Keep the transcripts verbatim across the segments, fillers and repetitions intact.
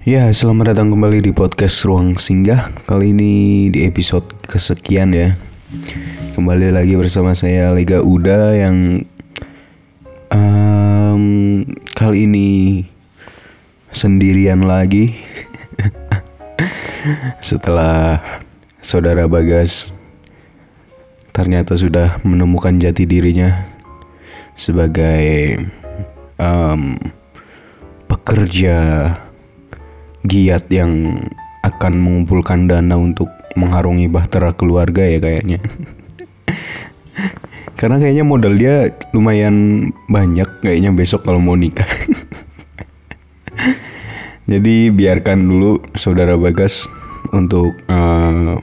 Ya, selamat datang kembali di podcast Ruang Singgah. Kali ini di episode kesekian ya. Kembali lagi bersama saya Lega Uda yang um, kali ini sendirian lagi. Setelah saudara Bagas ternyata sudah menemukan jati dirinya sebagai um, pekerja giat yang akan mengumpulkan dana untuk mengharungi bahtera keluarga ya kayaknya. Karena kayaknya modal dia lumayan banyak kayaknya besok kalau mau nikah. Jadi biarkan dulu saudara Bagas untuk uh,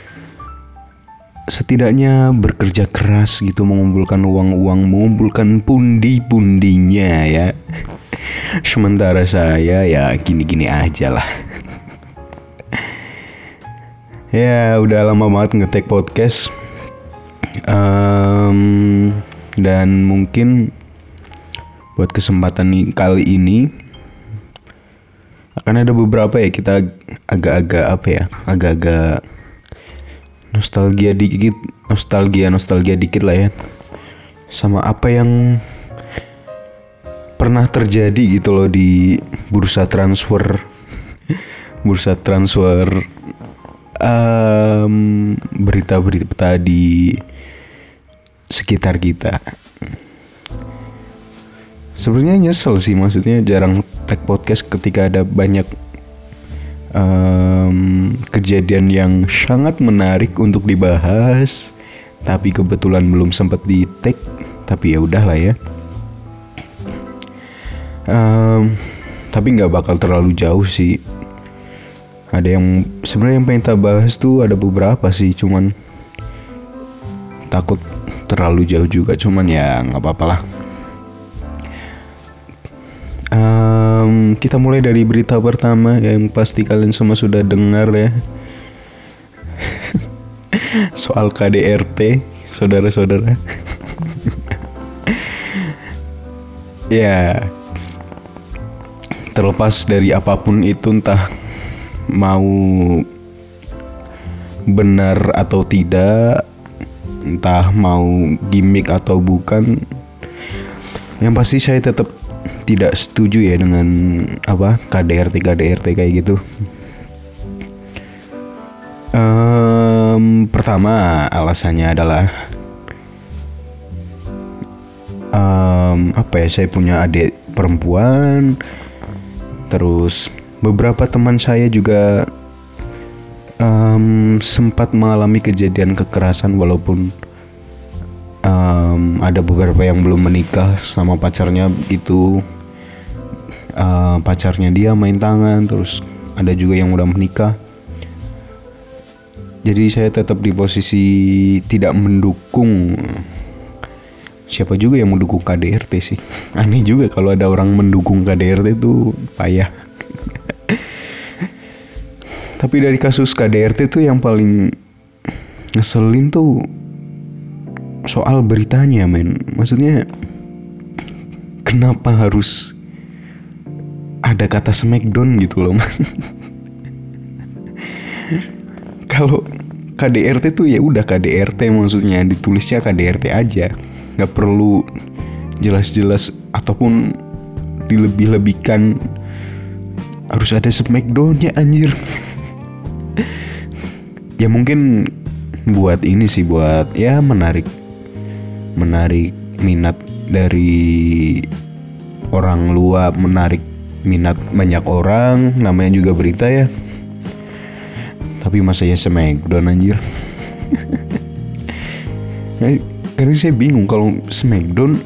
setidaknya bekerja keras gitu, mengumpulkan uang-uang, mengumpulkan pundi-pundinya ya. Sementara saya ya gini-gini aja lah. Ya udah lama banget nge-take podcast, um, dan mungkin buat kesempatan kali ini akan ada beberapa ya, kita agak-agak apa ya, agak-agak nostalgia dikit, nostalgia nostalgia dikit lah ya, sama apa yang pernah terjadi gitu loh di bursa transfer, bursa transfer, um, berita-berita di sekitar kita. Sebenarnya nyesel sih, maksudnya jarang tag podcast ketika ada banyak um, kejadian yang sangat menarik untuk dibahas, tapi kebetulan belum sempat di tag. Tapi ya udahlah ya. Um, tapi nggak bakal terlalu jauh sih. Ada yang sebenarnya yang pengen kita bahas tuh ada beberapa sih, cuman takut terlalu jauh juga. Cuman ya nggak apa-apa lah. Um, kita mulai dari berita pertama yang pasti kalian semua sudah dengar ya. Soal K D R T, saudara-saudara. Ya. Terlepas dari apapun itu, entah mau benar atau tidak, entah mau gimmick atau bukan, yang pasti saya tetap tidak setuju ya dengan apa K D R T K D R T kayak gitu. Um, pertama alasannya adalah um, apa ya, saya punya adik perempuan. Terus beberapa teman saya juga um, sempat mengalami kejadian kekerasan, walaupun um, ada beberapa yang belum menikah sama pacarnya itu. Uh, pacarnya dia main tangan, terus ada juga yang udah menikah. Jadi saya tetap di posisi tidak mendukung. Siapa juga yang mendukung K D R T sih? Aneh juga kalau ada orang mendukung K D R T itu payah. Tapi dari kasus K D R T tuh yang paling ngeselin tuh soal beritanya, men. Maksudnya kenapa harus ada kata smackdown gitu loh, mas? Kalau K D R T tuh ya udah K D R T, maksudnya ditulisnya K D R T aja. Gak perlu jelas-jelas ataupun dilebih-lebihkan harus ada smackdownnya, anjir. Ya mungkin buat ini sih, buat ya menarik menarik minat dari orang luar, menarik minat banyak orang, namanya juga berita ya. Tapi masa ya smackdown, anjir. Karena saya bingung kalau smackdown,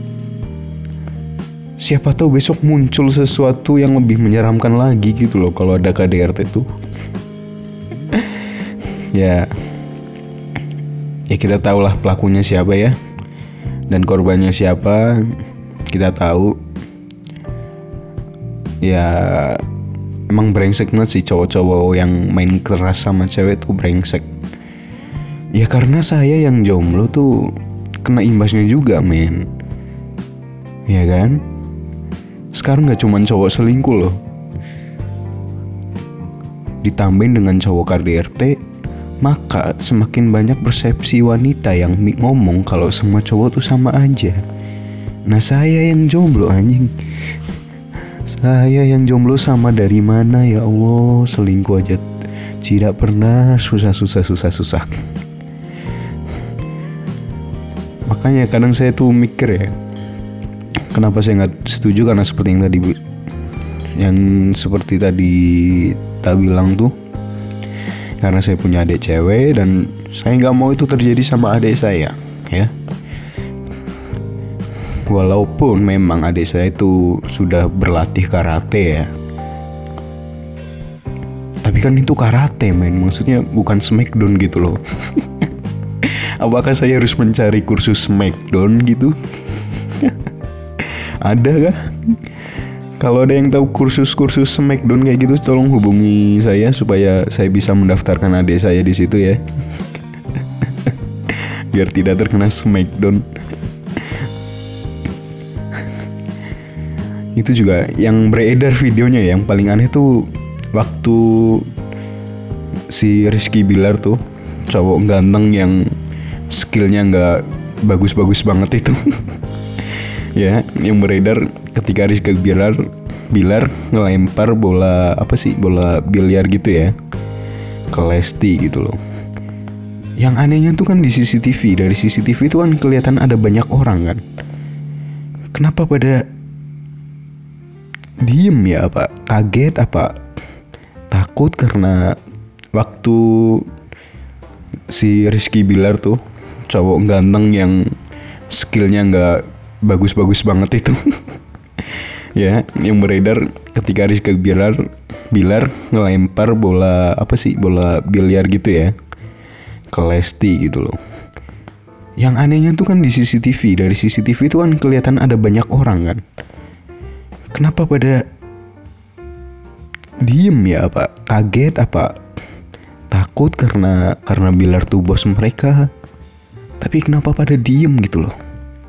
siapa tahu besok muncul sesuatu yang lebih menyeramkan lagi gitu loh kalau ada K D R T tuh. Ya, ya kita tahu lah pelakunya siapa ya, dan korbannya siapa kita tahu. Ya emang brengsek banget sih cowok-cowok yang main keras sama cewek tuh, brengsek. Ya karena saya yang jomblo tuh kena imbasnya juga, men. Ya kan? Sekarang gak cuman cowok selingkuh loh, ditambahin dengan cowok K D R T, maka semakin banyak persepsi wanita yang ngomong kalau semua cowok tuh sama aja. Nah saya yang jomblo anjing, saya yang jomblo sama dari mana ya Allah, selingkuh aja tidak pernah, susah susah susah susah. Makanya kadang saya tuh mikir ya, kenapa saya nggak setuju, karena seperti yang tadi yang seperti tadi tak bilang tuh, karena saya punya adik cewek dan saya nggak mau itu terjadi sama adik saya ya. Walaupun memang adik saya itu sudah berlatih karate ya, tapi kan itu karate men, maksudnya bukan smackdown gitu loh. Apakah saya harus mencari kursus smackdown gitu? Ada kah? Kalau ada yang tahu kursus-kursus smackdown kayak gitu, tolong hubungi saya supaya saya bisa mendaftarkan adik saya di situ ya. Biar tidak terkena smackdown. Itu juga yang beredar videonya ya, yang paling aneh tuh waktu si Rizky Bilar tuh, cowok ganteng yang skillnya nggak bagus-bagus banget itu. Ya, yang beredar ketika Rizky Bilar Bilar ngelempar bola apa sih, bola biliar gitu ya ke Lesti gitu loh. Yang anehnya tuh kan di C C T V, dari C C T V itu kan kelihatan ada banyak orang kan. Kenapa pada diem ya, apa kaget apa takut karena waktu si Rizky Bilar tuh, cowok ganteng yang skillnya nggak bagus-bagus banget itu. Ya, yang beredar ketika Rizky Bilar Bilar ngelempar bola apa sih, bola biliar gitu ya ke Lesti gitu loh. Yang anehnya tuh kan di C C T V, dari C C T V itu kan kelihatan ada banyak orang kan. Kenapa pada diem ya, apa kaget apa takut karena karena Bilar tuh bos mereka. Tapi kenapa pada diem gitu loh.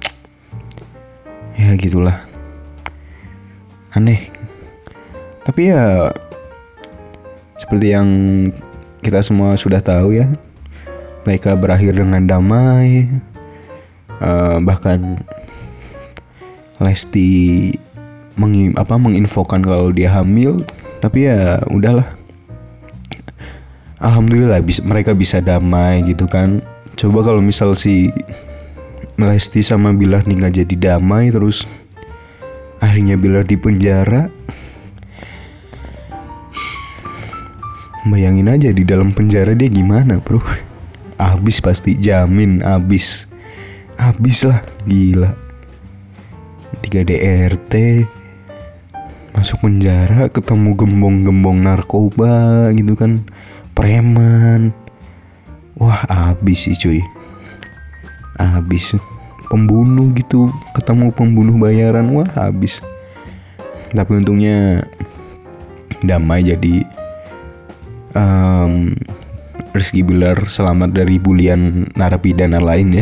Ya gitulah, aneh. Tapi ya seperti yang kita semua sudah tahu ya, mereka berakhir dengan damai. uh, Bahkan Lesti meng, apa, menginfokan kalau dia hamil. Tapi ya udahlah, alhamdulillah bisa, mereka bisa damai gitu kan. Coba kalau misal si Lesti sama Bilar nih gak jadi damai, terus akhirnya Bilar di penjara. Bayangin aja di dalam penjara dia gimana bro. Abis pasti, jamin abis. Abis lah, gila. tiga D R T masuk penjara, ketemu gembong-gembong narkoba gitu kan, preman. Wah abis sih cuy, abis. Pembunuh gitu, ketemu pembunuh bayaran, wah habis. Tapi untungnya damai, jadi um, Rizky Bilar selamat dari bulian narapidana lain ya.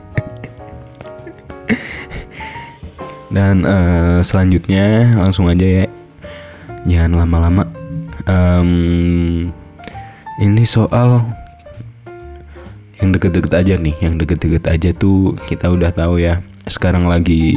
Dan uh, selanjutnya langsung aja ya, jangan lama-lama. um, Ini soal yang deket-deket aja nih, yang deket-deket aja tuh kita udah tahu ya. Sekarang lagi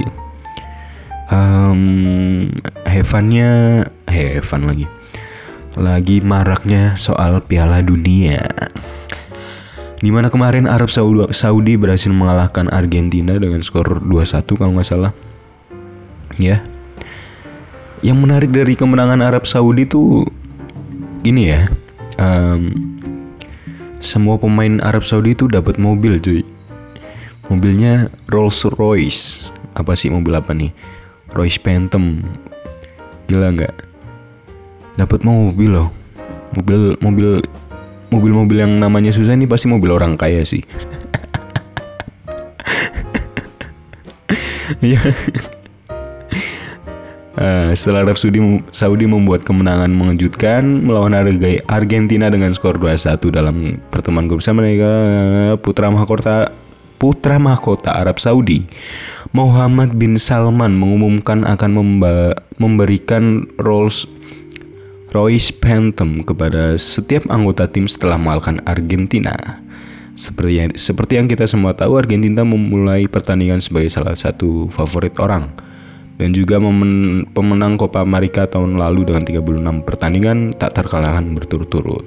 um, hevannya, hevan lagi, lagi maraknya soal Piala Dunia, dimana kemarin Arab Saudi, Saudi berhasil mengalahkan Argentina dengan skor dua satu kalau nggak salah. Ya, yang menarik dari kemenangan Arab Saudi tuh ini ya. Um, Semua pemain Arab Saudi itu dapat mobil cuy. Mobilnya Rolls Royce. Apa sih, mobil apa nih? Royce Phantom. Gila nggak? Dapat mobil loh. Mobil mobil mobil-mobil yang namanya susah ini pasti mobil orang kaya sih. Iya. Uh, setelah Arab Saudi, Saudi membuat kemenangan mengejutkan melawan Argentina dengan skor dua satu dalam pertemuan grup bersama mereka. Putra mahkota Putra mahkota Arab Saudi, Mohammed bin Salman, mengumumkan akan memba- memberikan Rolls Royce Phantom kepada setiap anggota tim setelah mengalahkan Argentina. Seperti yang, seperti yang kita semua tahu, Argentina memulai pertandingan sebagai salah satu favorit orang dan juga memen, pemenang Copa America tahun lalu dengan tiga puluh enam pertandingan tak terkalahkan berturut-turut.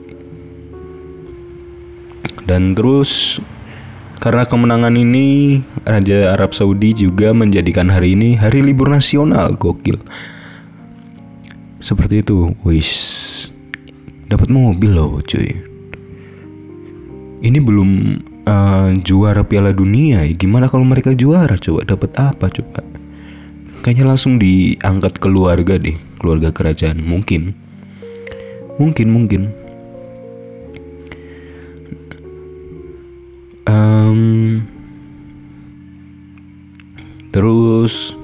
Dan terus karena kemenangan ini, Raja Arab Saudi juga menjadikan hari ini hari libur nasional. Gokil. Seperti itu. Wis, dapat mobil loh cuy. Ini belum uh, juara Piala Dunia. Gimana kalau mereka juara? Coba dapat apa coba? Kayaknya langsung diangkat keluarga deh, keluarga kerajaan. Mungkin Mungkin Mungkin um, Terus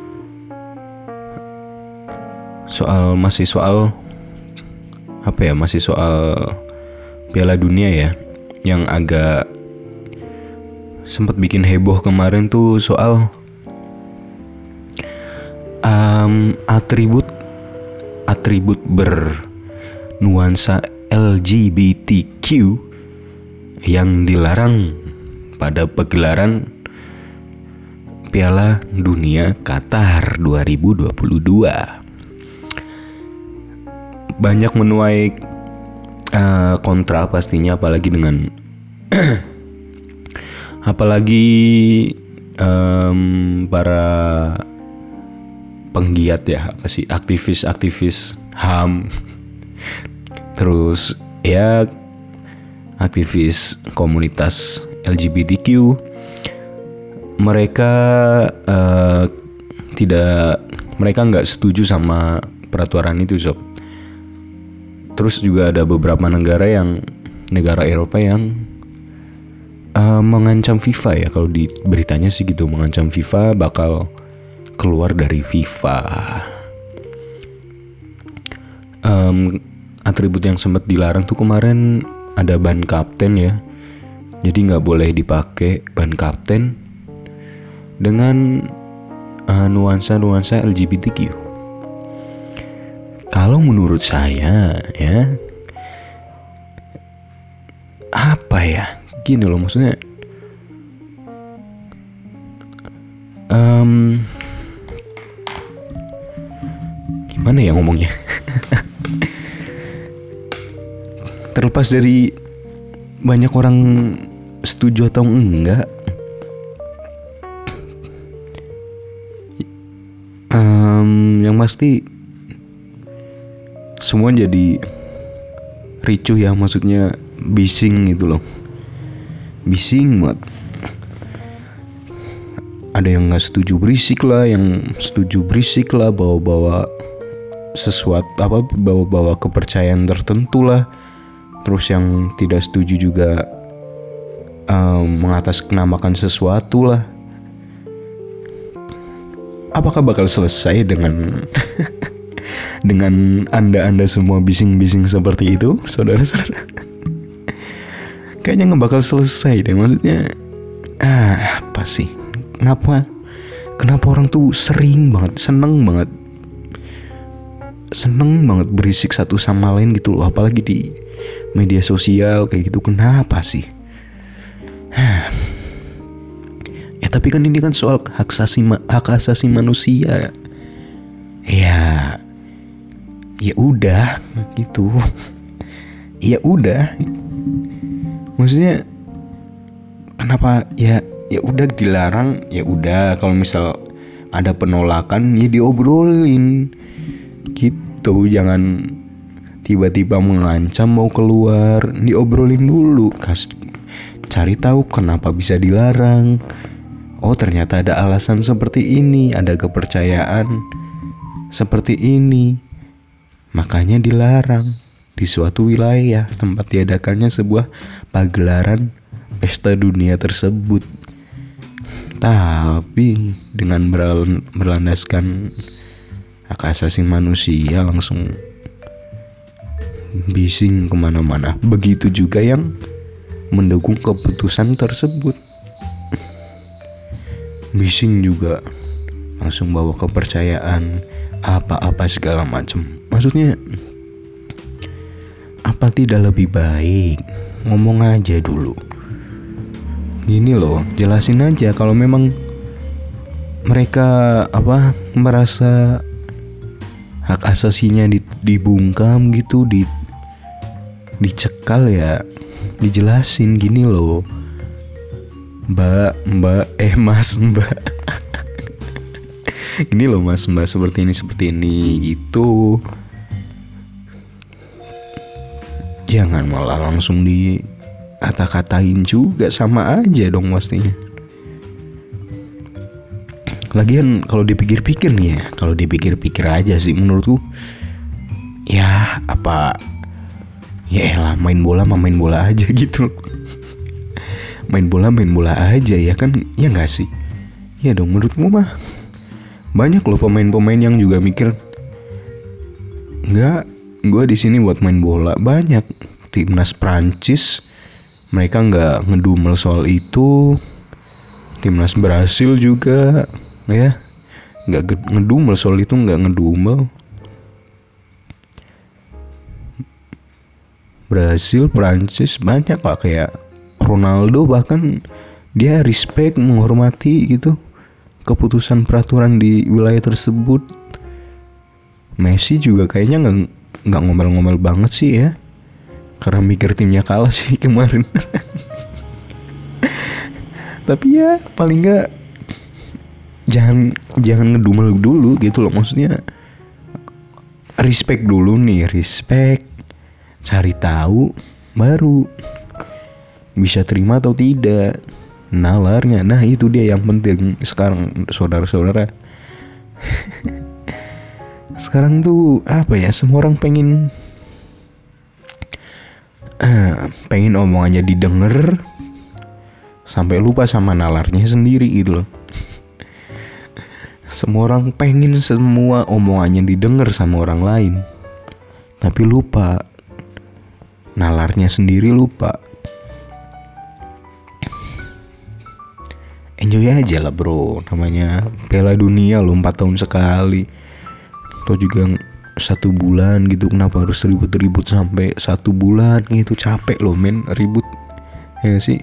Soal Masih soal Apa ya Masih soal Piala Dunia ya, yang agak sempat bikin heboh kemarin tuh soal um, atribut atribut bernuansa L G B T Q yang dilarang pada pagelaran Piala Dunia Qatar dua ribu dua puluh dua. Banyak menuai uh, kontra pastinya, apalagi dengan apalagi um, para penggiat ya, apa sih, aktivis-aktivis H A M, terus ya aktivis komunitas L G B T Q. Mereka uh, tidak, mereka nggak setuju sama peraturan itu, sob. Terus juga ada beberapa negara yang negara Eropa yang uh, mengancam FIFA ya, kalau di beritanya sih gitu, mengancam FIFA bakal keluar dari FIFA. Um, atribut yang sempat dilarang tuh kemarin ada ban kapten ya, jadi nggak boleh dipakai ban kapten dengan uh, nuansa-nuansa L G B T Q. Kalau menurut saya ya, apa ya, gini loh maksudnya, um, gimana ya ngomongnya. Terlepas dari banyak orang setuju atau enggak, um, yang pasti semua jadi ricuh ya, maksudnya bising gitu loh, bising banget. Ada yang nggak setuju berisik lah, yang setuju berisik lah, bawa-bawa sesuatu apa, bawa-bawa kepercayaan tertentu lah. Terus yang tidak setuju juga um, mengatasnamakan sesuatu lah. Apakah bakal selesai dengan dengan anda-anda semua bising-bising seperti itu, saudara-saudara? Kayaknya nggak bakal selesai deh, maksudnya ah, apa sih? Kenapa? Kenapa orang tuh sering banget, seneng banget, seneng banget berisik satu sama lain gitu loh, apalagi di media sosial kayak gitu. Kenapa sih? Ya tapi kan ini kan soal hak asasi hak asasi manusia. Ya, ya udah gitu. Ya udah. Maksudnya kenapa ya ya udah dilarang, ya udah, kalau misal ada penolakan ya diobrolin gitu, jangan tiba-tiba mengancam mau keluar, diobrolin dulu, kas cari tahu kenapa bisa dilarang. Oh ternyata ada alasan seperti ini, ada kepercayaan seperti ini, makanya dilarang di suatu wilayah tempat diadakannya sebuah pagelaran pesta dunia tersebut. Tapi dengan berlandaskan hak asasi manusia langsung bising kemana-mana. Begitu juga yang mendukung keputusan tersebut, bising juga, langsung bawa kepercayaan apa-apa segala macam. Maksudnya Apa tidak lebih baik ngomong aja dulu? Gini loh, jelasin aja kalau memang mereka apa merasa hak asasinya di, dibungkam gitu, di dicekal ya, dijelasin gini loh. Mbak, mbak, eh mas, mbak. Gini loh mas, mbak, seperti ini, seperti ini gitu. Jangan malah langsung di kata-katain juga, sama aja dong pastinya. Lagian kalau dipikir-pikir nih ya, kalau dipikir-pikir aja sih menurutku, ya apa, ya elah main bola mah main bola aja gitu loh. Main bola main bola aja ya kan, ya nggak sih? Ya dong, menurutku mah banyak loh pemain-pemain yang juga mikir, nggak, gue di sini buat main bola. Banyak timnas Prancis mereka nggak ngedumel soal itu, timnas Brasil juga ya nggak ngedumel soal itu, nggak ngedumel. Brasil, Prancis banyak lah, kayak Ronaldo bahkan dia respect, menghormati gitu keputusan peraturan di wilayah tersebut. Messi juga kayaknya nggak nggak ngomel-ngomel banget sih ya, karena mikir timnya kalah sih kemarin. Tapi ya paling nggak jangan jangan ngedumel dulu gitu loh, maksudnya respect dulu nih, respect, cari tahu baru bisa terima atau tidak nalarnya. Nah itu dia yang penting sekarang saudara-saudara. Sekarang tuh apa ya, semua orang pengen uh, pengen omongannya didengar sampai lupa sama nalarnya sendiri gitu loh. Semua orang pengen semua omongannya didengar sama orang lain, tapi lupa nalarnya sendiri, lupa. Enjoy aja lah bro, namanya Piala Dunia lo empat tahun sekali, atau juga satu bulan gitu. Kenapa harus ribut-ribut sampai satu bulan gitu? Capek loh men, ribut ya sih.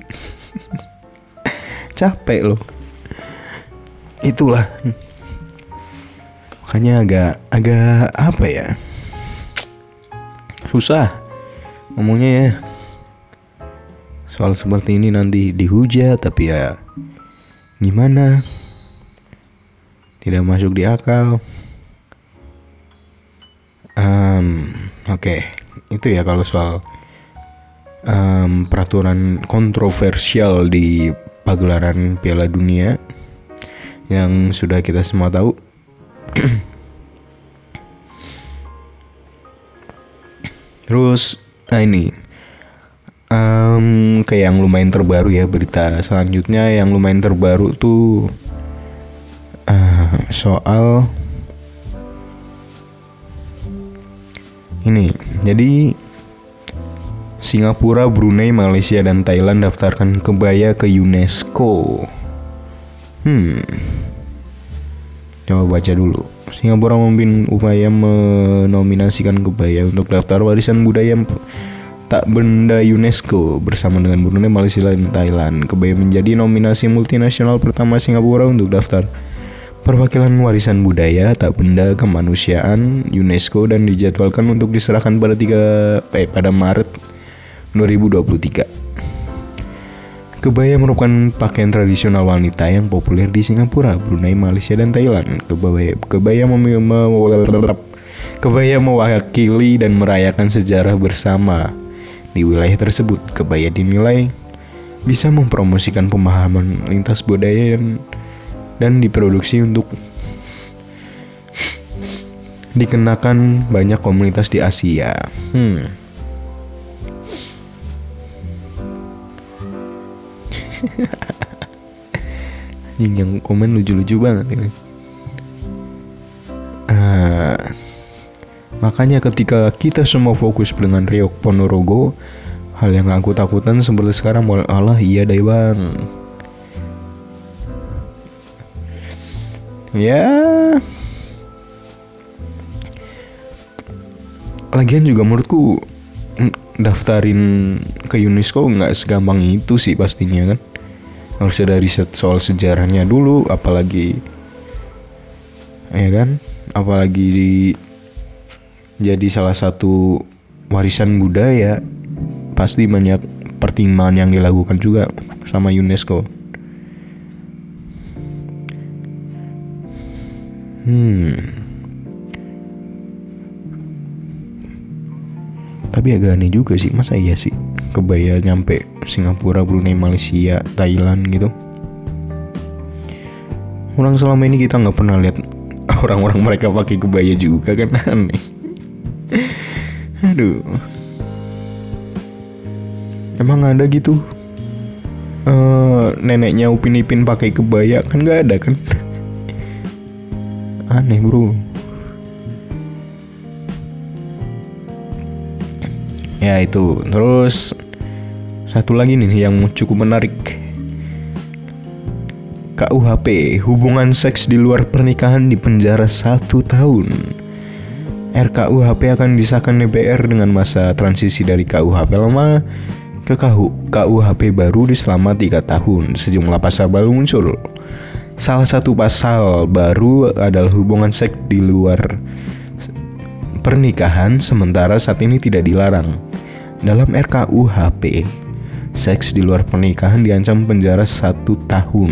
Capek loh. Itulah makanya agak agak apa ya, susah ngomongnya ya soal seperti ini. Nanti dihujat tapi ya gimana, tidak masuk di akal. um, oke okay. Itu ya kalau soal um, peraturan kontroversial di pagelaran Piala Dunia yang sudah kita semua tahu. Terus nah ini um, kayak yang lumayan terbaru ya, berita selanjutnya yang lumayan terbaru tuh uh, soal ini. Jadi Singapura, Brunei, Malaysia, dan Thailand daftarkan kebaya ke UNESCO. Hmm Coba baca dulu. Singapura memimpin upaya menominasikan kebaya untuk daftar warisan budaya tak benda UNESCO bersama dengan Brunei, Malaysia, dan Thailand. Kebaya menjadi nominasi multinasional pertama Singapura untuk daftar perwakilan warisan budaya tak benda kemanusiaan UNESCO dan dijadwalkan untuk diserahkan pada tiga eh, pada Maret dua ribu dua puluh tiga. Kebaya merupakan pakaian tradisional wanita yang populer di Singapura, Brunei, Malaysia, dan Thailand. Kebaya, kebaya, mem- mem- kebaya mewakili dan merayakan sejarah bersama di wilayah tersebut. Kebaya dinilai bisa mempromosikan pemahaman lintas budaya dan, dan diproduksi untuk dikenakan banyak komunitas di Asia. Hmm. Yang komen lucu-lucu banget ini. Uh, makanya ketika kita semua fokus dengan Riok Ponorogo, hal yang aku takutan seperti sekarang, Allah iya deh bang. Ya, lagian juga menurutku daftarin ke UNESCO nggak segampang itu sih pastinya kan. Harus ada riset soal sejarahnya dulu, apalagi ya kan, apalagi di, jadi salah satu warisan budaya, pasti banyak pertimbangan yang dilakukan juga sama UNESCO. Hmm. Tapi agak aneh juga sih, masa iya sih kebaya nyampe Singapura, Brunei, Malaysia, Thailand gitu. Orang selama ini kita nggak pernah lihat orang-orang mereka pakai kebaya juga kan, aneh. Aduh. Emang ada gitu uh, neneknya Upin Ipin pakai kebaya? Kan nggak ada kan. Aneh bro. Ya itu. Terus satu lagi nih yang cukup menarik, K U H P, hubungan seks di luar pernikahan dipenjara satu tahun. R K U H P akan disahkan D P R dengan masa transisi dari K U H P lama ke K U H P baru di selama tiga tahun. Sejumlah pasal baru muncul. Salah satu pasal baru adalah hubungan seks di luar pernikahan, sementara saat ini tidak dilarang. Dalam R K U H P, seks di luar pernikahan diancam penjara satu tahun.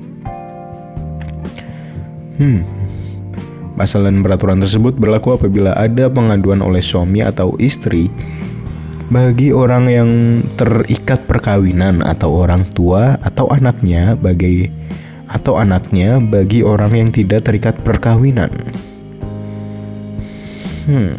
Hmm. Pasal dan peraturan tersebut berlaku apabila ada pengaduan oleh suami atau istri bagi orang yang terikat perkawinan, atau orang tua atau anaknya bagi atau anaknya bagi orang yang tidak terikat perkawinan. Hmm.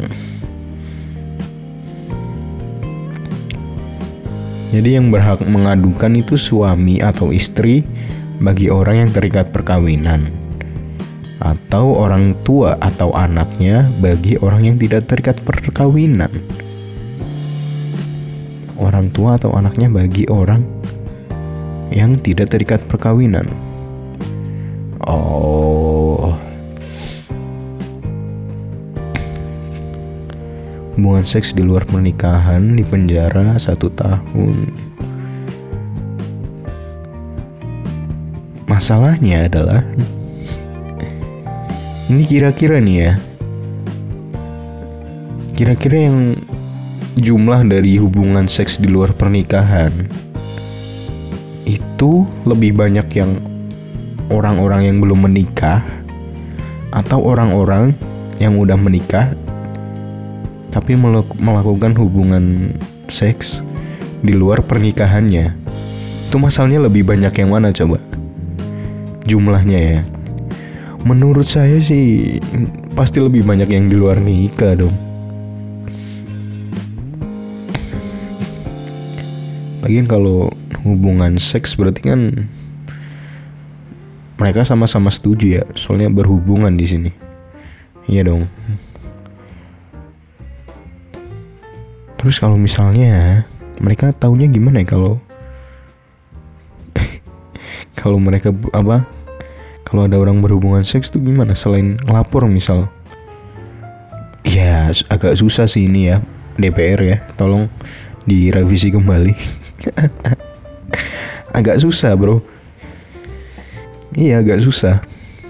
Jadi yang berhak mengadukan itu suami atau istri bagi orang yang terikat perkawinan, atau orang tua atau anaknya bagi orang yang tidak terikat perkawinan. Orang tua atau anaknya bagi orang yang tidak terikat perkawinan. Oh. Hubungan seks di luar pernikahan dipenjara satu tahun. Masalahnya adalah, ini kira-kira nih ya, kira-kira yang jumlah dari hubungan seks di luar pernikahan itu lebih banyak yang orang-orang yang belum menikah atau orang-orang yang udah menikah tapi melakukan hubungan seks di luar pernikahannya. Itu masalahnya lebih banyak yang mana coba? Jumlahnya ya. Menurut saya sih pasti lebih banyak yang di luar nikah dong. Lagian kalau hubungan seks berarti kan mereka sama-sama setuju ya, soalnya berhubungan di sini. Iya dong. Terus kalau misalnya mereka taunya gimana ya kalau kalau mereka apa? Kalau ada orang berhubungan seks tuh gimana selain ngelapor misal? Ya agak susah sih ini ya, D P R ya, tolong direvisi kembali. Agak susah bro. Iya agak susah.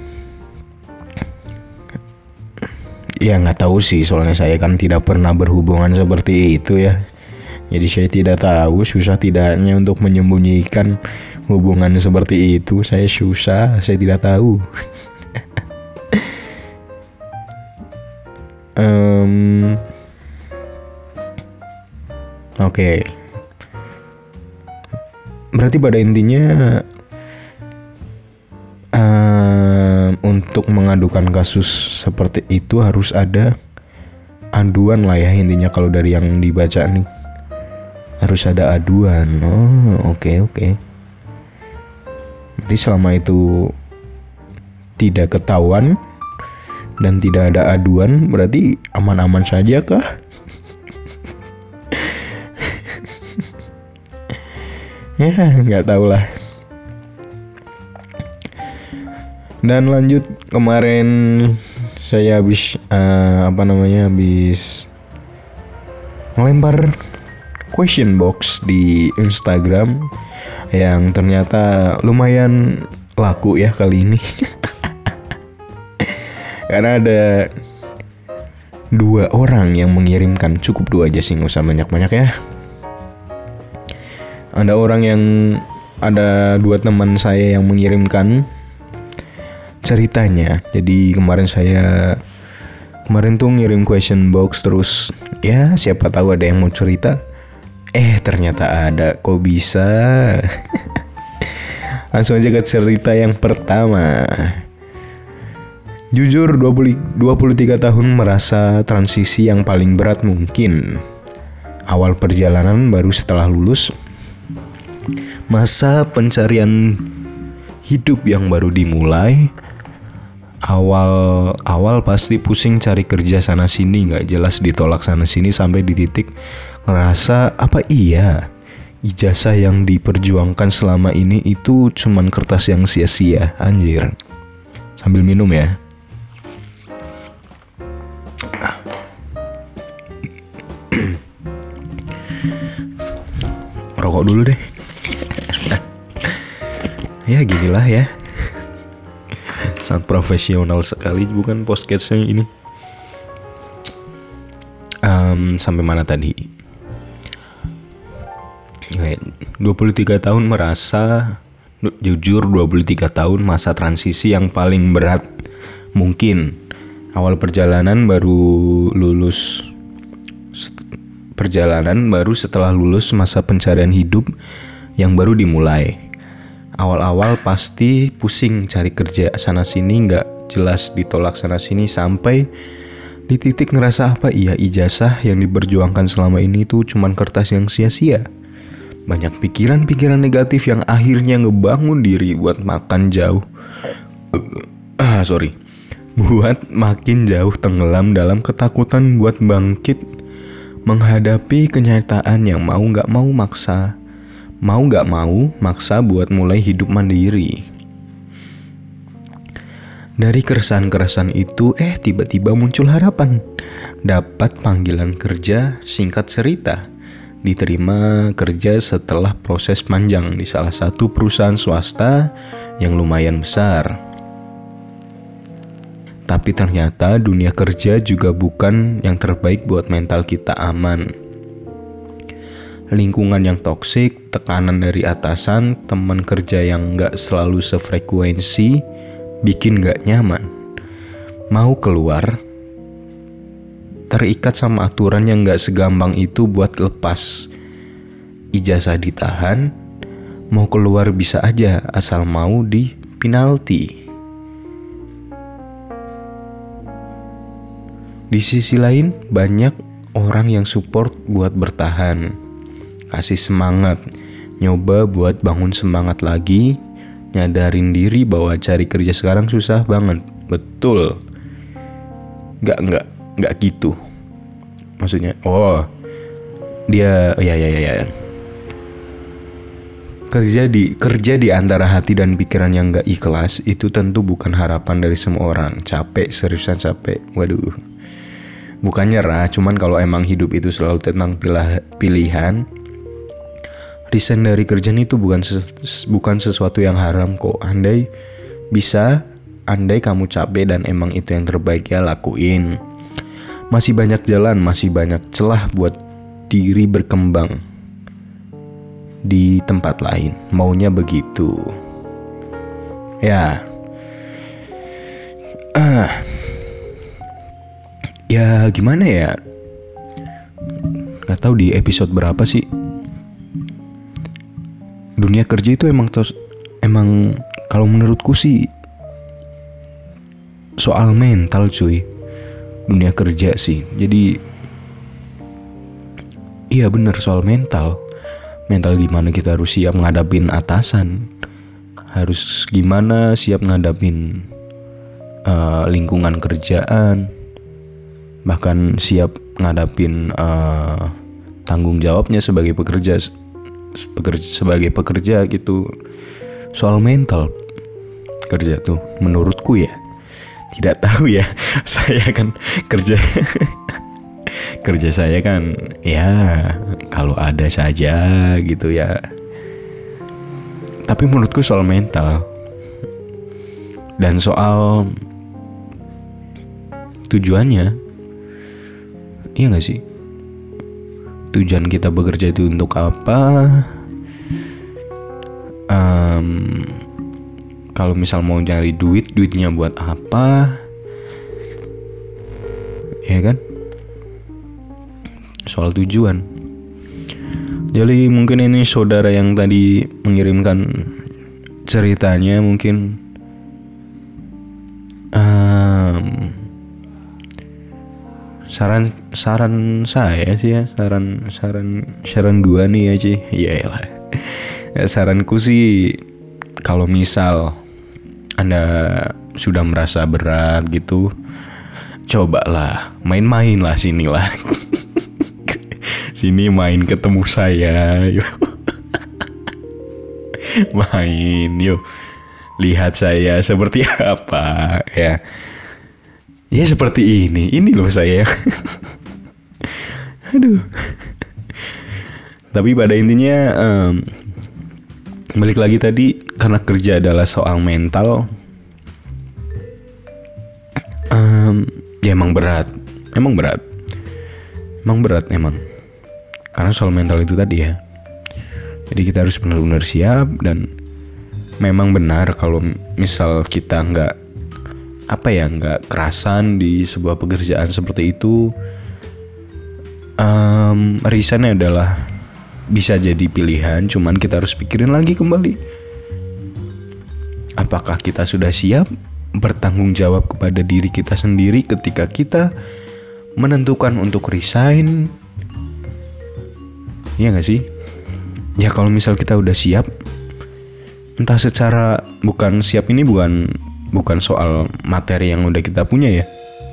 Ya nggak tahu sih, soalnya saya kan tidak pernah berhubungan seperti itu ya. Jadi saya tidak tahu, susah tidaknya untuk menyembunyikan hubungan seperti itu. Saya susah, saya tidak tahu. um, Oke. Okay. Berarti pada intinya um, untuk mengadukan kasus seperti itu harus ada aduan lah ya, intinya kalau dari yang dibaca nih. Harus ada aduan. Oh, oke okay, oke. Okay. Jadi selama itu tidak ketahuan dan tidak ada aduan, berarti aman-aman saja kah? Ya nggak tahu lah. Dan lanjut, kemarin saya habis uh, apa namanya habis ngelempar question box di Instagram yang ternyata lumayan laku ya kali ini. Karena ada dua orang yang mengirimkan, cukup dua aja sih, nggak usah banyak-banyak ya. Ada orang yang ada dua teman saya yang mengirimkan ceritanya. Jadi kemarin saya kemarin tuh ngirim question box terus ya siapa tahu ada yang mau cerita. Eh ternyata ada, kok bisa? Langsung aja ke cerita yang pertama. Jujur dua puluh tiga tahun merasa transisi yang paling berat mungkin. Awal perjalanan baru setelah lulus. Masa pencarian hidup yang baru dimulai. Awal-awal pasti pusing cari kerja sana sini, gak jelas ditolak sana sini sampai di titik ngerasa apa iya ijazah yang diperjuangkan selama ini itu cuman kertas yang sia-sia, anjir. Sambil minum ya. Rokok dulu deh. Ya ginilah ya. Sangat profesional sekali bukan podcastnya ini. Um, sampai mana tadi? dua puluh tiga tahun merasa, jujur dua puluh tiga tahun masa transisi yang paling berat mungkin. Awal perjalanan baru lulus perjalanan baru setelah lulus masa pencarian hidup yang baru dimulai. Awal-awal pasti pusing cari kerja sana sini, gak jelas ditolak sana sini sampai di titik ngerasa apa iya ijazah yang diperjuangkan selama ini tuh cuman kertas yang sia-sia. Banyak pikiran-pikiran negatif yang akhirnya ngebangun diri buat makan jauh ah sorry buat makin jauh tenggelam dalam ketakutan buat bangkit menghadapi kenyataan yang mau gak mau maksa Mau gak mau maksa buat mulai hidup mandiri. Dari keresahan-keresahan itu eh tiba-tiba muncul harapan. Dapat panggilan kerja, singkat cerita diterima kerja setelah proses panjang di salah satu perusahaan swasta yang lumayan besar. Tapi ternyata dunia kerja juga bukan yang terbaik buat mental kita aman. Lingkungan yang toksik, tekanan dari atasan, teman kerja yang gak selalu sefrekuensi, bikin gak nyaman. Mau keluar, terikat sama aturan yang gak segampang itu buat lepas. Ijazah ditahan, mau keluar bisa aja asal mau di penalti. Di sisi lain, banyak orang yang support buat bertahan. Kasih semangat, nyoba buat bangun semangat lagi, nyadarin diri bahwa cari kerja sekarang susah banget. Betul. Gak, gak, gak gitu. Maksudnya, oh, dia, ya, ya, ya, ya. Kerja di, kerja di antara hati dan pikiran yang gak ikhlas, itu tentu bukan harapan dari semua orang. Capek, seriusan capek. Waduh. Bukan nyerah, cuman kalau emang hidup itu selalu tentang pilihan, resign dari kerjaan itu bukan ses- bukan sesuatu yang haram kok. Andai bisa, andai kamu capek dan emang itu yang terbaik ya lakuin. Masih banyak jalan, masih banyak celah buat diri berkembang di tempat lain. Maunya begitu. Ya. Ah. Ya gimana ya? Gak tahu di episode berapa sih. Dunia kerja itu emang tos, emang kalau menurutku sih soal mental cuy. Dunia kerja sih. Jadi iya bener soal mental. Mental gimana kita harus siap ngadapin atasan. Harus gimana siap ngadapin uh, lingkungan kerjaan. Bahkan siap ngadapin uh, tanggung jawabnya sebagai pekerja. Pekerja, sebagai pekerja gitu. Soal mental kerja tuh menurutku ya, tidak tahu ya, saya kan kerja Kerja saya kan ya kalau ada saja gitu ya. Tapi menurutku soal mental dan soal tujuannya, iya gak sih? Tujuan kita bekerja itu untuk apa? Um, kalau misal mau cari duit, duitnya buat apa? Ya kan? Soal tujuan. Jadi mungkin ini saudara yang tadi mengirimkan ceritanya mungkin um, saran saran saya sih ya, saran saran saran gua nih ya Ci. Iyalah. Ya, saranku sih kalau misal Anda sudah merasa berat gitu, cobalah main-main lah sinilah. Sini main ketemu saya. Main yuk. Lihat saya seperti apa ya. Ya seperti ini. Ini loh saya. Aduh. Tapi pada intinya um, balik lagi tadi, karena kerja adalah soal mental. um, Ya emang berat. Emang berat. Emang berat emang. Karena soal mental itu tadi ya. Jadi kita harus benar-benar siap. Dan memang benar kalau misal kita nggak apa ya nggak kerasan di sebuah pekerjaan seperti itu, um, resign adalah bisa jadi pilihan. Cuman kita harus pikirin lagi kembali, apakah kita sudah siap bertanggung jawab kepada diri kita sendiri ketika kita menentukan untuk resign. Iya gak sih? Ya kalau misal kita udah siap, entah secara, bukan siap ini bukan bukan soal materi yang udah kita punya ya,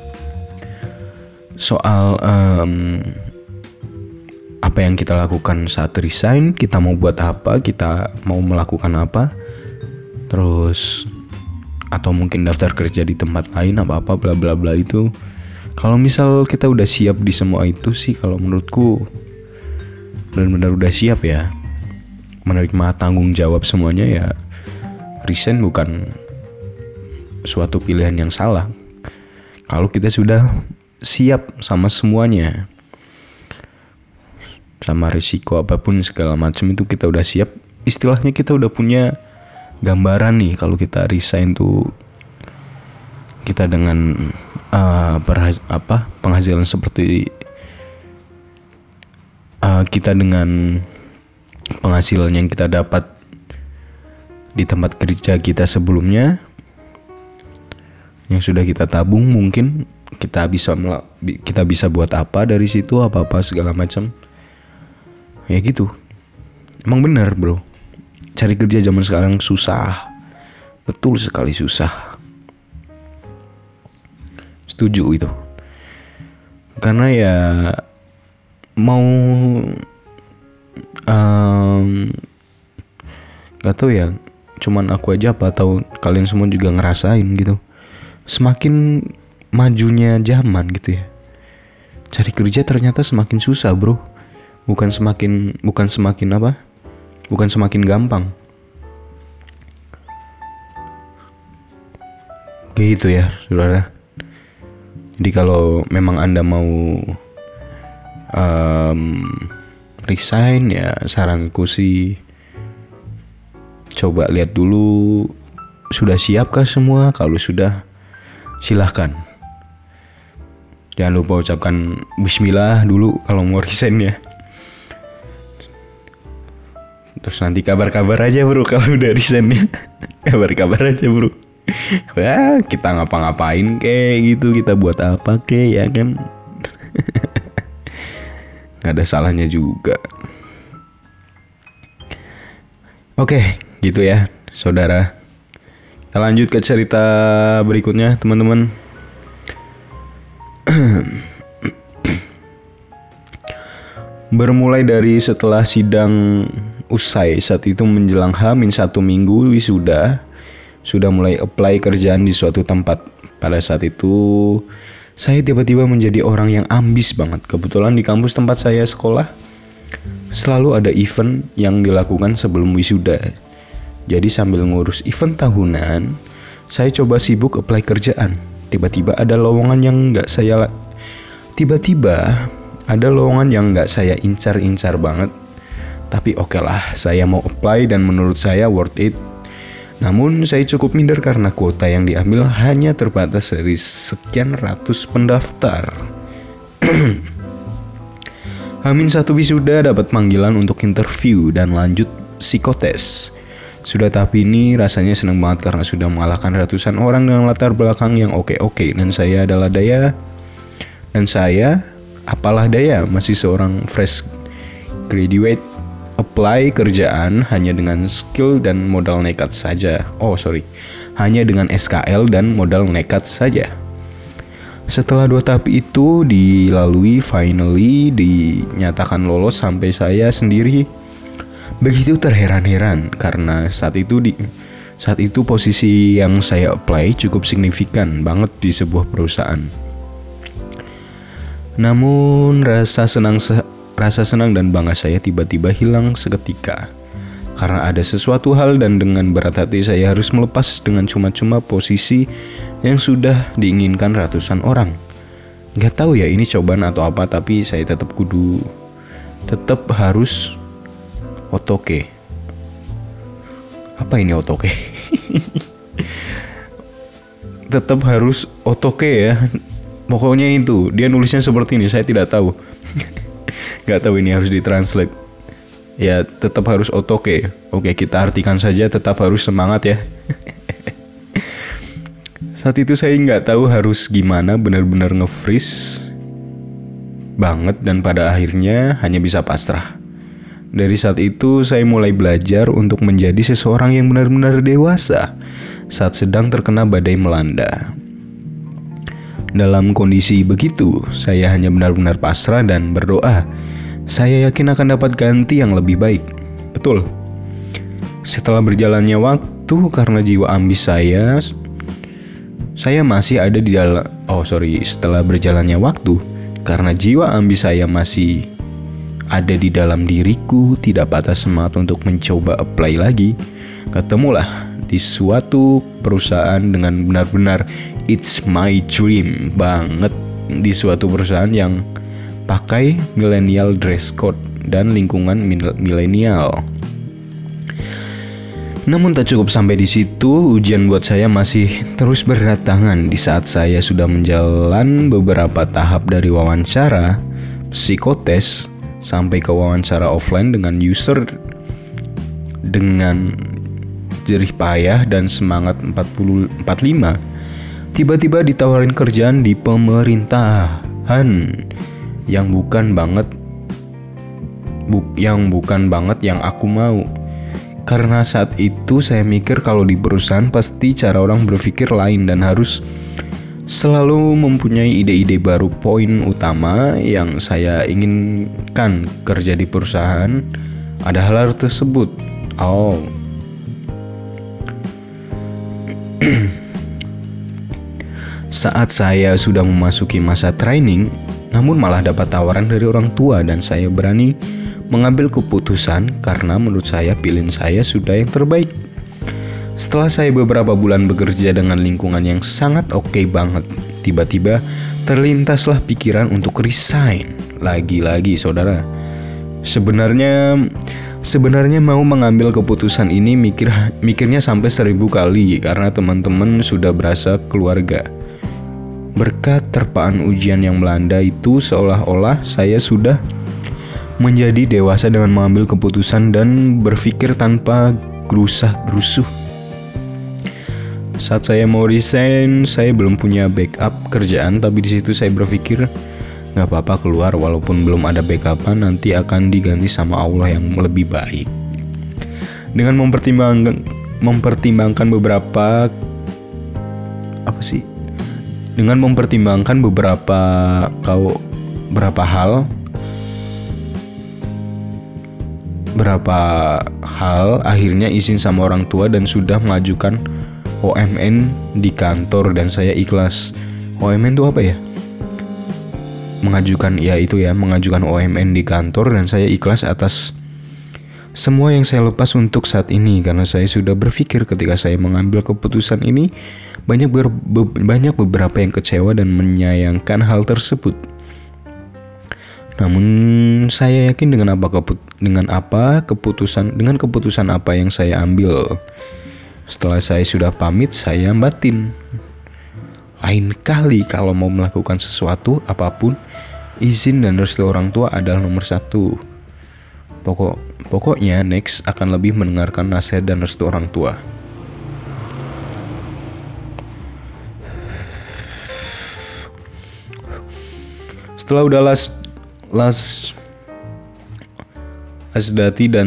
soal um, apa yang kita lakukan saat resign. Kita mau buat apa, kita mau melakukan apa, terus atau mungkin daftar kerja di tempat lain apa-apa bla bla bla itu. Kalau misal kita udah siap di semua itu sih, kalau menurutku benar-benar udah siap ya menerima tanggung jawab semuanya, ya resign bukan suatu pilihan yang salah. Kalau kita sudah siap sama semuanya, sama risiko apapun segala macam itu kita udah siap. Istilahnya kita udah punya gambaran nih kalau kita resign tuh kita dengan uh, perhas- apa penghasilan seperti uh, kita dengan penghasilan yang kita dapat di tempat kerja kita sebelumnya, yang sudah kita tabung, mungkin kita bisa mel- kita bisa buat apa dari situ, apa-apa segala macam. Ya gitu. Emang benar bro, cari kerja zaman sekarang susah. Betul sekali susah. Setuju itu. Karena ya mau um, gak tahu ya, cuman aku aja apa atau kalian semua juga ngerasain gitu, semakin majunya zaman gitu ya, cari kerja ternyata semakin susah bro. Bukan semakin bukan semakin apa? Bukan semakin gampang. Gitu ya, saudara. Jadi kalau memang Anda mau um, resign, ya saranku sih coba lihat dulu sudah siapkah semua. Kalau sudah, silahkan. Jangan lupa ucapkan bismillah dulu kalau mau resign ya. Terus nanti kabar-kabar aja bro kalau udah resign ya. Kabar-kabar aja bro. Wah, kita ngapa-ngapain kayak gitu, kita buat apa kayak ya kan. Gak ada salahnya juga. Oke, gitu ya saudara. Kita lanjut ke cerita berikutnya teman-teman. Bermulai dari setelah sidang usai, saat itu menjelang H minus satu minggu wisuda, sudah mulai apply kerjaan di suatu tempat. Pada saat itu Saya tiba-tiba menjadi orang yang ambis banget. Kebetulan di kampus tempat saya sekolah selalu ada event yang dilakukan sebelum wisuda. Jadi sambil ngurus event tahunan, saya coba sibuk apply kerjaan. Tiba-tiba ada lowongan yang nggak saya Tiba-tiba ada lowongan yang nggak saya incar-incar banget. Tapi oke okay lah, saya mau apply dan menurut saya worth it. Namun saya cukup minder karena kuota yang diambil hanya terbatas dari sekian ratus pendaftar. Hamin satu wisuda dapat panggilan untuk interview dan lanjut psikotes. Sudah tahap ini rasanya senang banget karena sudah mengalahkan ratusan orang dengan latar belakang yang oke-oke. Dan saya adalah daya Dan saya, apalah daya, masih seorang fresh graduate, apply kerjaan hanya dengan skill dan modal nekat saja. Oh sorry, hanya dengan S K L dan modal nekat saja. Setelah dua tahap itu dilalui, finally dinyatakan lolos sampai saya sendiri begitu terheran-heran karena saat itu di saat itu posisi yang saya apply cukup signifikan banget di sebuah perusahaan. Namun rasa senang rasa senang dan bangga saya tiba-tiba hilang seketika. Karena ada sesuatu hal dan dengan berat hati saya harus melepas dengan cuma-cuma posisi yang sudah diinginkan ratusan orang. Gak tahu ya ini cobaan atau apa, tapi saya tetap kudu tetap harus otoke. Apa ini otoke? Tetap harus otoke ya. Pokoknya itu, dia nulisnya seperti ini, saya tidak tahu. Gak tahu ini harus ditranslate. Ya, tetap harus otoke. Oke, kita artikan saja tetap harus semangat ya. Saat itu saya nggak tahu harus gimana, benar-benar nge-freeze banget dan pada akhirnya hanya bisa pasrah. Dari saat itu saya mulai belajar untuk menjadi seseorang yang benar-benar dewasa saat sedang terkena badai melanda. Dalam kondisi begitu, saya hanya benar-benar pasrah dan berdoa. Saya yakin akan dapat ganti yang lebih baik. Betul. Setelah berjalannya waktu, karena jiwa ambis saya, saya masih ada di dalam. Oh sorry, setelah berjalannya waktu, karena jiwa ambis saya masih ada di dalam diriku, tidak patah semangat untuk mencoba apply lagi. Ketemulah di suatu perusahaan dengan benar-benar it's my dream banget, di suatu perusahaan yang pakai millennial dress code dan lingkungan milenial. Namun tak cukup sampai di situ, ujian buat saya masih terus berdatangan di saat saya sudah menjalan beberapa tahap dari wawancara, psikotes, sampai ke wawancara offline dengan user dengan jerih payah dan semangat empat puluh empat puluh lima. Tiba-tiba ditawarin kerjaan di pemerintahan yang bukan banget bu, yang bukan banget yang aku mau. Karena saat itu saya mikir kalau di perusahaan pasti cara orang berpikir lain dan harus selalu mempunyai ide-ide baru. Poin utama yang saya inginkan kerja di perusahaan ada hal tersebut. Oh. Saat saya sudah memasuki masa training, namun malah dapat tawaran dari orang tua dan saya berani mengambil keputusan karena menurut saya pilihan saya sudah yang terbaik. Setelah saya beberapa bulan bekerja dengan lingkungan yang sangat oke okay banget, tiba-tiba terlintaslah pikiran untuk resign. Lagi-lagi saudara, sebenarnya sebenarnya mau mengambil keputusan ini mikir mikirnya sampai seribu kali karena teman-teman sudah berasa keluarga. Berkat terpaan ujian yang melanda itu seolah-olah saya sudah menjadi dewasa dengan mengambil keputusan dan berpikir tanpa gerusah-gerusuh. Saat saya mau resign, saya belum punya backup kerjaan, tapi di situ saya berpikir gak apa-apa keluar walaupun belum ada backupan, nanti akan diganti sama Allah yang lebih baik. Dengan mempertimbangkan mempertimbangkan beberapa apa sih? Dengan mempertimbangkan beberapa kau berapa hal berapa hal akhirnya izin sama orang tua dan sudah mengajukan O M N di kantor dan saya ikhlas. O M N itu apa ya? mengajukan ya itu ya mengajukan O M N di kantor, dan saya ikhlas atas semua yang saya lepas untuk saat ini, karena saya sudah berpikir ketika saya mengambil keputusan ini banyak ber, be, banyak beberapa yang kecewa dan menyayangkan hal tersebut. Namun saya yakin dengan apa keput, dengan apa keputusan dengan keputusan apa yang saya ambil. Setelah saya sudah pamit, saya batin. Lain kali kalau mau melakukan sesuatu apapun, izin dan restu orang tua adalah nomor satu. Pokok pokoknya next akan lebih mendengarkan nasihat dan restu orang tua. Setelah udah las las asdati dan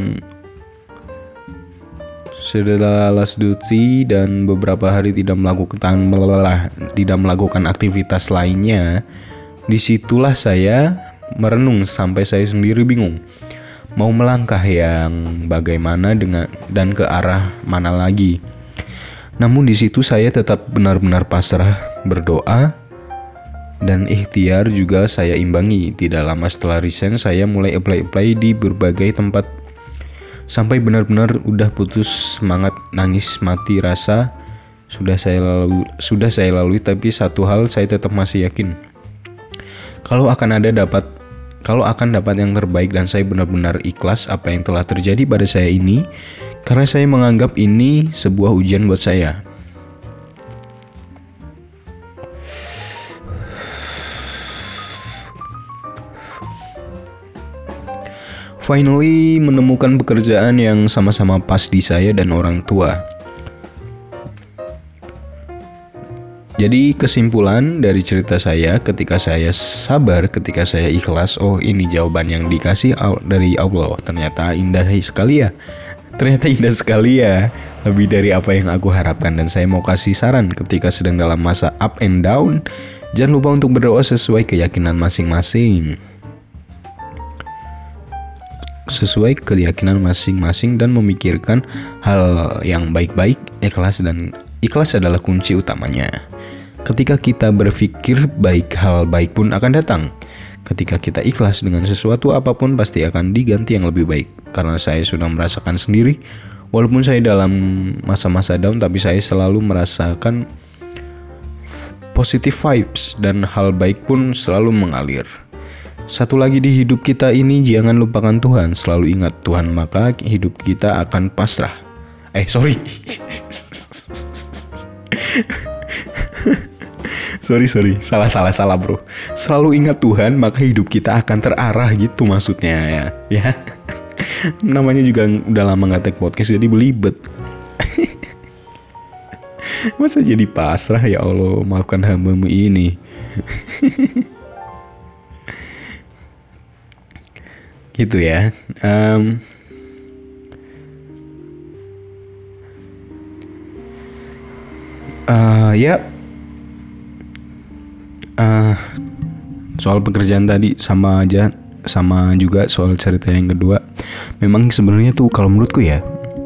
setelah las duty dan beberapa hari tidak melakukan tidak melakukan aktivitas lainnya, disitulah saya merenung sampai saya sendiri bingung mau melangkah yang bagaimana dengan dan ke arah mana lagi. Namun di situ saya tetap benar-benar pasrah, berdoa, dan ikhtiar juga saya imbangi. Tidak lama setelah resign, saya mulai apply-apply di berbagai tempat sampai benar-benar udah putus semangat, nangis mati rasa sudah saya lalui, sudah saya lalui. Tapi satu hal saya tetap masih yakin kalau akan ada dapat kalau akan dapat yang terbaik, dan saya benar-benar ikhlas apa yang telah terjadi pada saya ini, karena saya menganggap ini sebuah ujian buat saya. Finally menemukan pekerjaan yang sama-sama pas di saya dan orang tua. Jadi kesimpulan dari cerita saya, ketika saya sabar, ketika saya ikhlas, oh ini jawaban yang dikasih dari Allah. Ternyata indah sekali ya. Ternyata indah sekali ya. Lebih dari apa yang aku harapkan. Dan saya mau kasih saran ketika sedang dalam masa up and down, jangan lupa untuk berdoa sesuai keyakinan masing-masing. Sesuai keyakinan masing-masing dan memikirkan hal yang baik-baik. Ikhlas dan ikhlas adalah kunci utamanya. Ketika kita berpikir baik, hal baik pun akan datang. Ketika kita ikhlas dengan sesuatu apapun, pasti akan diganti yang lebih baik. Karena saya sudah merasakan sendiri, walaupun saya dalam masa-masa down, tapi saya selalu merasakan positive vibes dan hal baik pun selalu mengalir. Satu lagi di hidup kita ini, jangan lupakan Tuhan. Selalu ingat Tuhan, maka hidup kita akan pasrah. Eh sorry Sorry sorry Salah salah salah bro Selalu ingat Tuhan, maka hidup kita akan terarah gitu maksudnya ya. Ya namanya juga udah lama gak take podcast, jadi belibet. Masa jadi pasrah, ya Allah, maafkan hambamu ini. Gitu ya. um, uh, Ya uh, soal pekerjaan tadi sama aja, sama juga soal cerita yang kedua. Memang sebenarnya tuh kalau menurutku ya,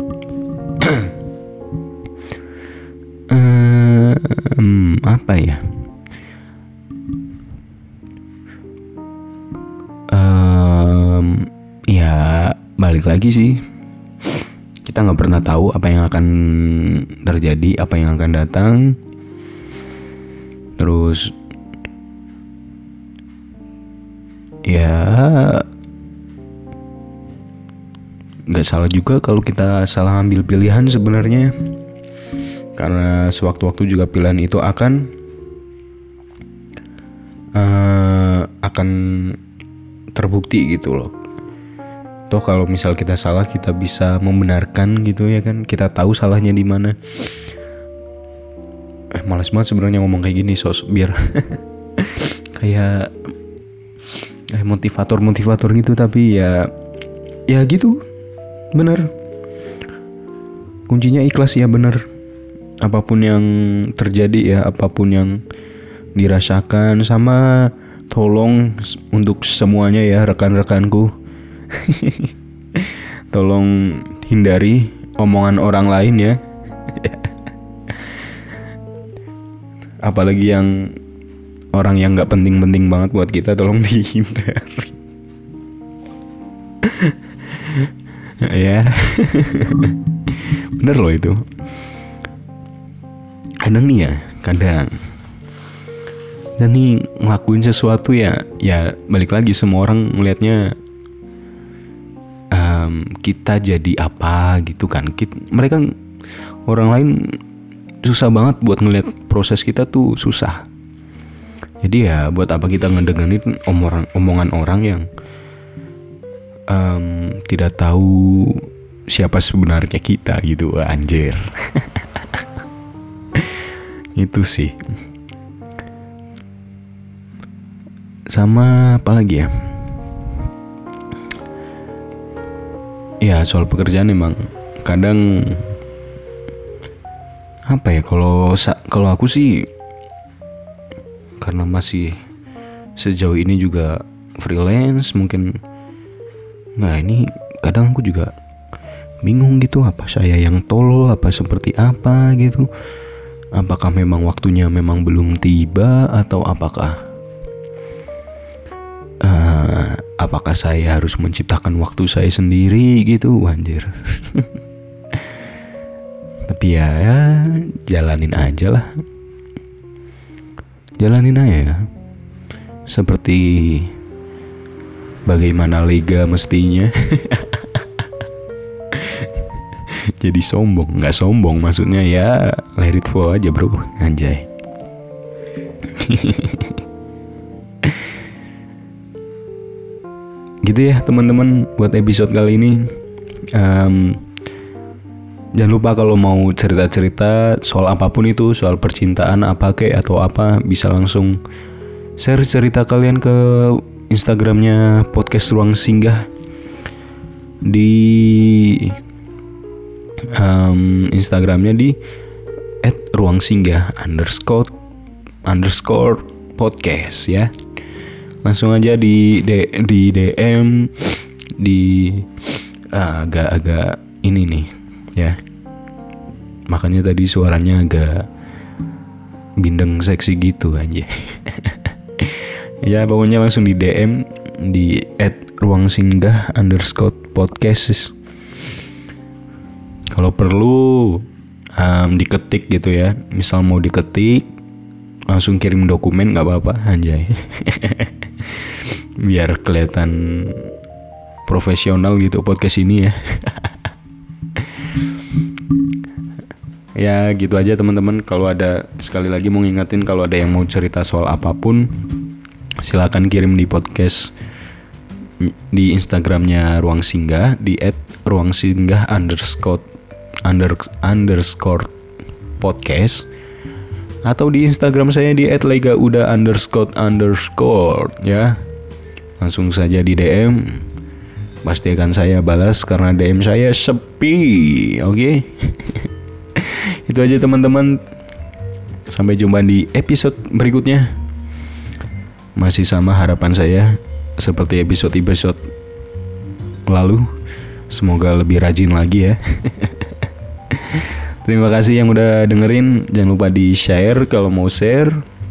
um, apa ya, um, ya balik lagi sih, kita nggak pernah tahu apa yang akan terjadi, apa yang akan datang. Terus ya nggak salah juga kalau kita salah ambil pilihan sebenarnya, karena sewaktu-waktu juga pilihan itu akan uh, akan terbukti gitu loh. Toh kalau misal kita salah, kita bisa membenarkan gitu ya kan, kita tahu salahnya di mana. Eh malas banget sebenarnya ngomong kayak gini, sos biar kayak eh, motivator-motivator gitu, tapi ya ya gitu. Bener, kuncinya ikhlas ya, bener. Apapun yang terjadi ya, apapun yang dirasakan, sama tolong untuk semuanya ya rekan-rekanku, tolong hindari omongan orang lain ya. Apalagi yang orang yang nggak penting-penting banget buat kita tolong dihindari. Ya, bener loh itu. Kadang nih ya, kadang. Dan nih ngelakuin sesuatu ya, ya balik lagi semua orang melihatnya um, kita jadi apa gitu kan. Kita, mereka orang lain susah banget buat ngelihat proses kita tuh susah. Jadi ya buat apa kita ngedengerin omongan omongan orang yang um, tidak tahu siapa sebenarnya kita gitu, anjir. Itu sih. Sama apa lagi ya? Ya soal pekerjaan emang kadang apa ya, kalau kalau aku sih karena masih sejauh ini juga freelance mungkin. Nah ini kadang aku juga bingung gitu, apa saya yang tolol apa seperti apa gitu. Apakah memang waktunya memang belum tiba atau apakah uh, apakah saya harus menciptakan waktu saya sendiri gitu, anjir. Tapi ya, ya jalanin aja lah. Jalanin aja. Seperti bagaimana liga mestinya. Jadi sombong, nggak sombong maksudnya ya, let it flow aja bro, anjay. Gitu ya teman-teman buat episode kali ini. Um, jangan lupa kalau mau cerita-cerita soal apapun itu, soal percintaan apa kek atau apa, bisa langsung share cerita kalian ke Instagramnya podcast Ruang Singgah di um, Instagramnya di et ruang singgah underscore underscore podcast ya. Langsung aja di di, di D M di uh, agak-agak ini nih ya. Makanya tadi suaranya agak bindeng seksi gitu aja. Ya pokoknya langsung di D M di et ruang singgah underscore podcast. Kalau perlu um, diketik gitu ya, misal mau diketik langsung kirim dokumen nggak apa-apa, anjay. Biar kelihatan profesional gitu podcast ini ya. Ya gitu aja teman-teman. Kalau ada, sekali lagi mau ngingetin, kalau ada yang mau cerita soal apapun, silakan kirim di podcast di Instagramnya Ruang Singgah di et ruang singgah underscore under, underscore podcast, atau di Instagram saya di et legauda underscore underscore ya. Langsung saja di D M, pasti akan saya balas karena D M saya sepi. Oke. Okay? Itu aja teman-teman. Sampai jumpa di episode berikutnya. Masih sama harapan saya seperti episode-episode lalu. Semoga lebih rajin lagi ya. Terima kasih yang udah dengerin. Jangan lupa di share kalau mau share.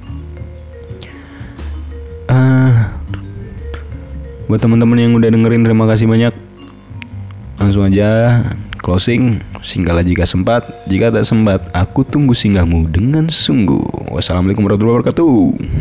uh, Buat teman-teman yang udah dengerin, terima kasih banyak. Langsung aja closing. Singgahlah jika sempat, jika tak sempat, aku tunggu singgahmu dengan sungguh. Wassalamualaikum warahmatullahi wabarakatuh.